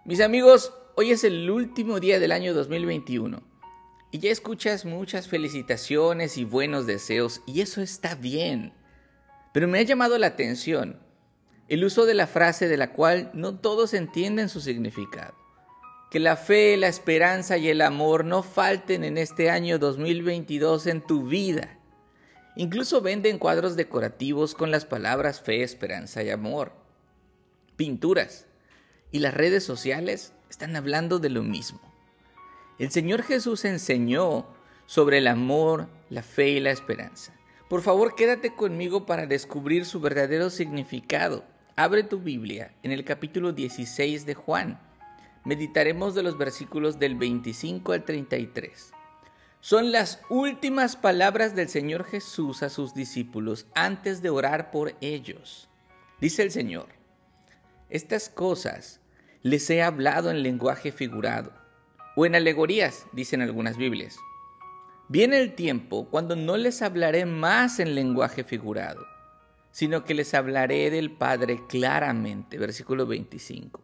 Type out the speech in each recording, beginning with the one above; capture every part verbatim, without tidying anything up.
Mis amigos, hoy es el último día del año dos mil veintiuno y ya escuchas muchas felicitaciones y buenos deseos y eso está bien. Pero me ha llamado la atención el uso de la frase de la cual no todos entienden su significado. Que la fe, la esperanza y el amor no falten en este año dos mil veintidós en tu vida. Incluso venden cuadros decorativos con las palabras fe, esperanza y amor. Pinturas. Y las redes sociales están hablando de lo mismo. El Señor Jesús enseñó sobre el amor, la fe y la esperanza. Por favor, quédate conmigo para descubrir su verdadero significado. Abre tu Biblia en el capítulo dieciséis de Juan. Meditaremos de los versículos del veinticinco al treinta y tres. Son las últimas palabras del Señor Jesús a sus discípulos antes de orar por ellos. Dice el Señor: estas cosas les he hablado en lenguaje figurado, o en alegorías, dicen algunas Biblias. Viene el tiempo cuando no les hablaré más en lenguaje figurado, sino que les hablaré del Padre claramente. Versículo veinticinco.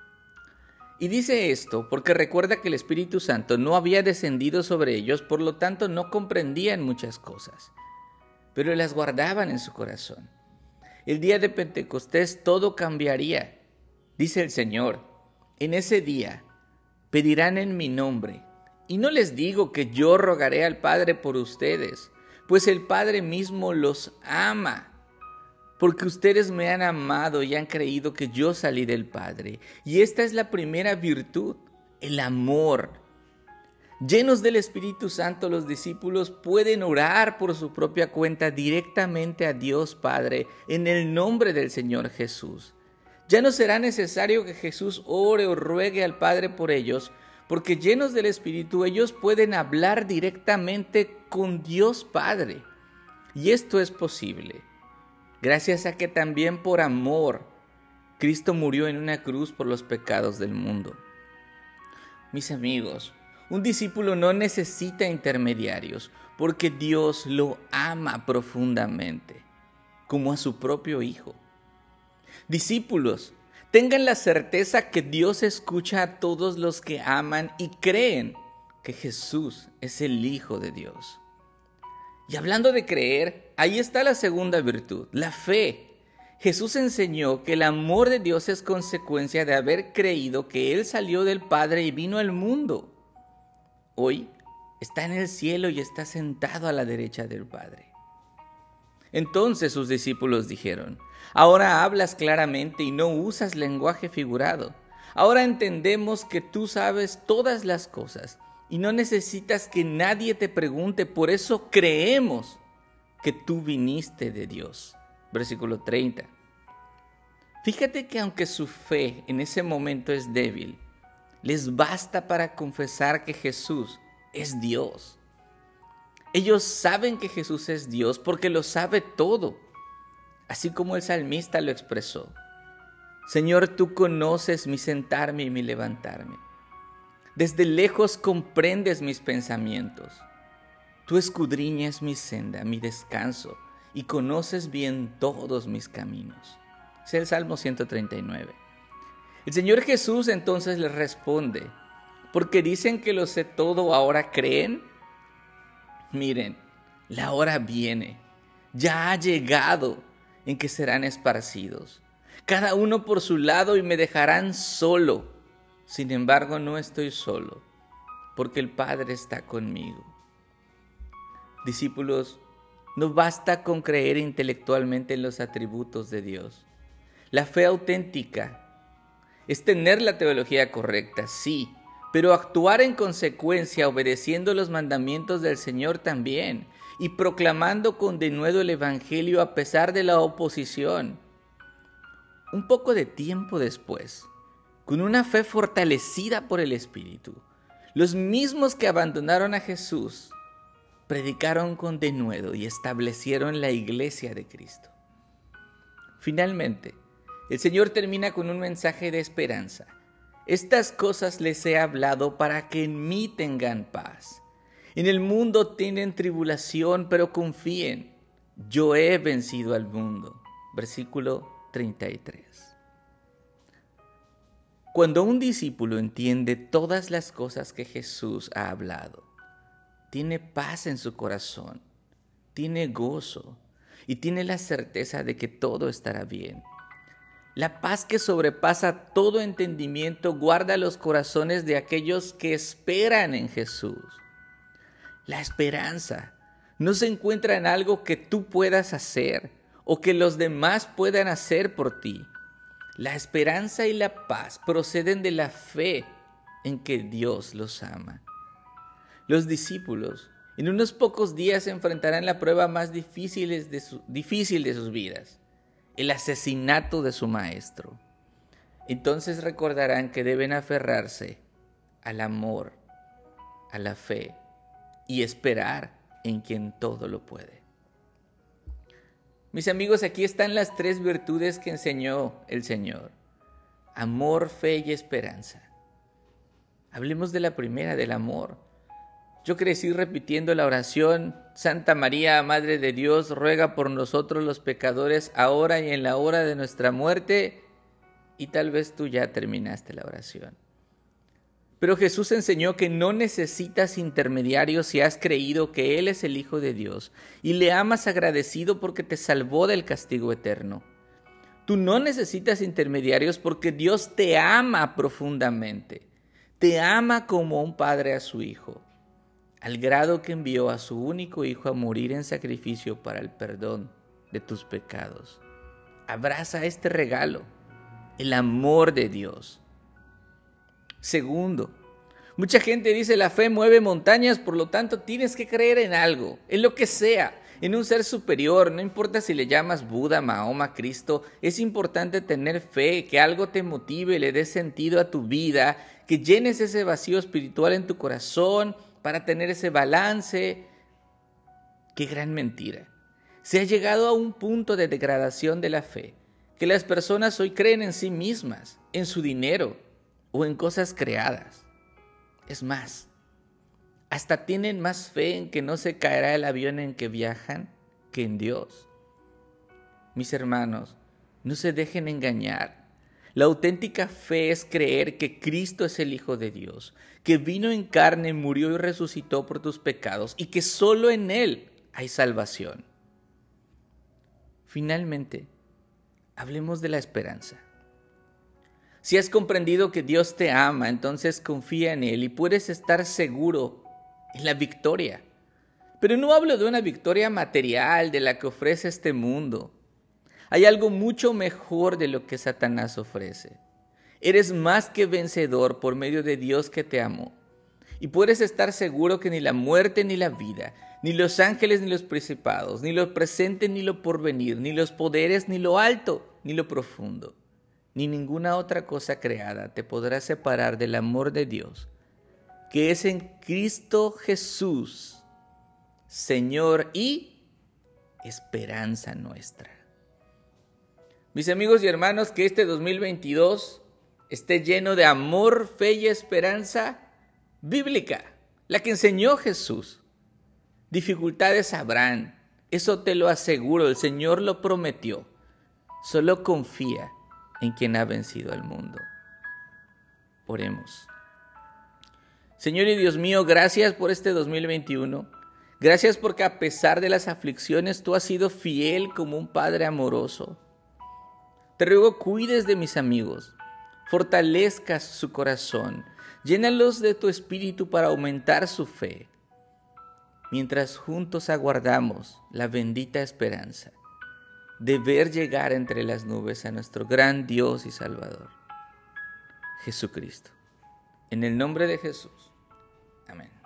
Y dice esto porque recuerda que el Espíritu Santo no había descendido sobre ellos, por lo tanto no comprendían muchas cosas, pero las guardaban en su corazón. El día de Pentecostés todo cambiaría. Dice el Señor: en ese día pedirán en mi nombre, y no les digo que yo rogaré al Padre por ustedes, pues el Padre mismo los ama, porque ustedes me han amado y han creído que yo salí del Padre. Y esta es la primera virtud, el amor. Llenos del Espíritu Santo, los discípulos pueden orar por su propia cuenta directamente a Dios Padre en el nombre del Señor Jesús. Ya no será necesario que Jesús ore o ruegue al Padre por ellos, porque llenos del Espíritu ellos pueden hablar directamente con Dios Padre. Y esto es posible gracias a que también por amor Cristo murió en una cruz por los pecados del mundo. Mis amigos, un discípulo no necesita intermediarios, porque Dios lo ama profundamente, como a su propio Hijo. Discípulos, tengan la certeza que Dios escucha a todos los que aman y creen que Jesús es el Hijo de Dios. Y hablando de creer, ahí está la segunda virtud, la fe. Jesús enseñó que el amor de Dios es consecuencia de haber creído que Él salió del Padre y vino al mundo. Hoy está en el cielo y está sentado a la derecha del Padre. Entonces sus discípulos dijeron: ahora hablas claramente y no usas lenguaje figurado. Ahora entendemos que tú sabes todas las cosas y no necesitas que nadie te pregunte, por eso creemos que tú viniste de Dios. Versículo treinta. Fíjate que aunque su fe en ese momento es débil, les basta para confesar que Jesús es Dios. Ellos saben que Jesús es Dios porque lo sabe todo, así como el salmista lo expresó: Señor, tú conoces mi sentarme y mi levantarme. Desde lejos comprendes mis pensamientos. Tú escudriñas mi senda, mi descanso, y conoces bien todos mis caminos. Es el Salmo ciento treinta y nueve. El Señor Jesús entonces les responde: ¿porque dicen que lo sé todo, ahora creen? Miren, la hora viene, ya ha llegado, en que serán esparcidos, cada uno por su lado, y me dejarán solo. Sin embargo, no estoy solo, porque el Padre está conmigo. Discípulos, no basta con creer intelectualmente en los atributos de Dios. La fe auténtica es tener la teología correcta, sí, pero actuar en consecuencia, obedeciendo los mandamientos del Señor también, y proclamando con denuedo el Evangelio a pesar de la oposición. Un poco de tiempo después, con una fe fortalecida por el Espíritu, los mismos que abandonaron a Jesús predicaron con denuedo y establecieron la iglesia de Cristo. Finalmente, el Señor termina con un mensaje de esperanza. Estas cosas les he hablado para que en mí tengan paz. En el mundo tienen tribulación, pero confíen, yo he vencido al mundo. Versículo treinta y tres. Cuando un discípulo entiende todas las cosas que Jesús ha hablado, tiene paz en su corazón, tiene gozo y tiene la certeza de que todo estará bien. La paz que sobrepasa todo entendimiento guarda los corazones de aquellos que esperan en Jesús. La esperanza no se encuentra en algo que tú puedas hacer o que los demás puedan hacer por ti. La esperanza y la paz proceden de la fe en que Dios los ama. Los discípulos en unos pocos días enfrentarán la prueba más difícil de, su, difícil de sus vidas, el asesinato de su maestro. Entonces recordarán que deben aferrarse al amor, a la fe y esperar en quien todo lo puede. Mis amigos, aquí están las tres virtudes que enseñó el Señor: amor, fe y esperanza. Hablemos de la primera, del amor. Yo crecí repitiendo la oración: Santa María, Madre de Dios, ruega por nosotros los pecadores, ahora y en la hora de nuestra muerte. Y tal vez tú ya terminaste la oración. Pero Jesús enseñó que no necesitas intermediarios si has creído que Él es el Hijo de Dios y le amas agradecido porque te salvó del castigo eterno. Tú no necesitas intermediarios porque Dios te ama profundamente. Te ama como un padre a su Hijo, al grado que envió a su único Hijo a morir en sacrificio para el perdón de tus pecados. Abraza este regalo, el amor de Dios. Segundo, mucha gente dice la fe mueve montañas, por lo tanto tienes que creer en algo, en lo que sea, en un ser superior, no importa si le llamas Buda, Mahoma, Cristo, es importante tener fe, que algo te motive, le dé sentido a tu vida, que llenes ese vacío espiritual en tu corazón para tener ese balance. ¡Qué gran mentira! Se ha llegado a un punto de degradación de la fe, que las personas hoy creen en sí mismas, en su dinero, o en cosas creadas. Es más, hasta tienen más fe en que no se caerá el avión en que viajan que en Dios. Mis hermanos, no se dejen engañar. La auténtica fe es creer que Cristo es el Hijo de Dios, que vino en carne, murió y resucitó por tus pecados y que solo en Él hay salvación. Finalmente, hablemos de la esperanza. Si has comprendido que Dios te ama, entonces confía en Él y puedes estar seguro en la victoria. Pero no hablo de una victoria material de la que ofrece este mundo. Hay algo mucho mejor de lo que Satanás ofrece. Eres más que vencedor por medio de Dios que te amó. Y puedes estar seguro que ni la muerte ni la vida, ni los ángeles ni los principados, ni lo presente ni lo porvenir, ni los poderes ni lo alto ni lo profundo, ni ninguna otra cosa creada te podrá separar del amor de Dios, que es en Cristo Jesús, Señor y esperanza nuestra. Mis amigos y hermanos, que este dos mil veintidós esté lleno de amor, fe y esperanza bíblica, la que enseñó Jesús. Dificultades habrán, eso te lo aseguro, el Señor lo prometió. Solo confía en quien ha vencido al mundo. Oremos. Señor y Dios mío, gracias por este dos mil veintiuno. Gracias porque a pesar de las aflicciones tú has sido fiel como un Padre amoroso. Te ruego cuides de mis amigos, fortalezcas su corazón, llénalos de tu espíritu para aumentar su fe, mientras juntos aguardamos la bendita esperanza de ver llegar entre las nubes a nuestro gran Dios y Salvador, Jesucristo. En el nombre de Jesús. Amén.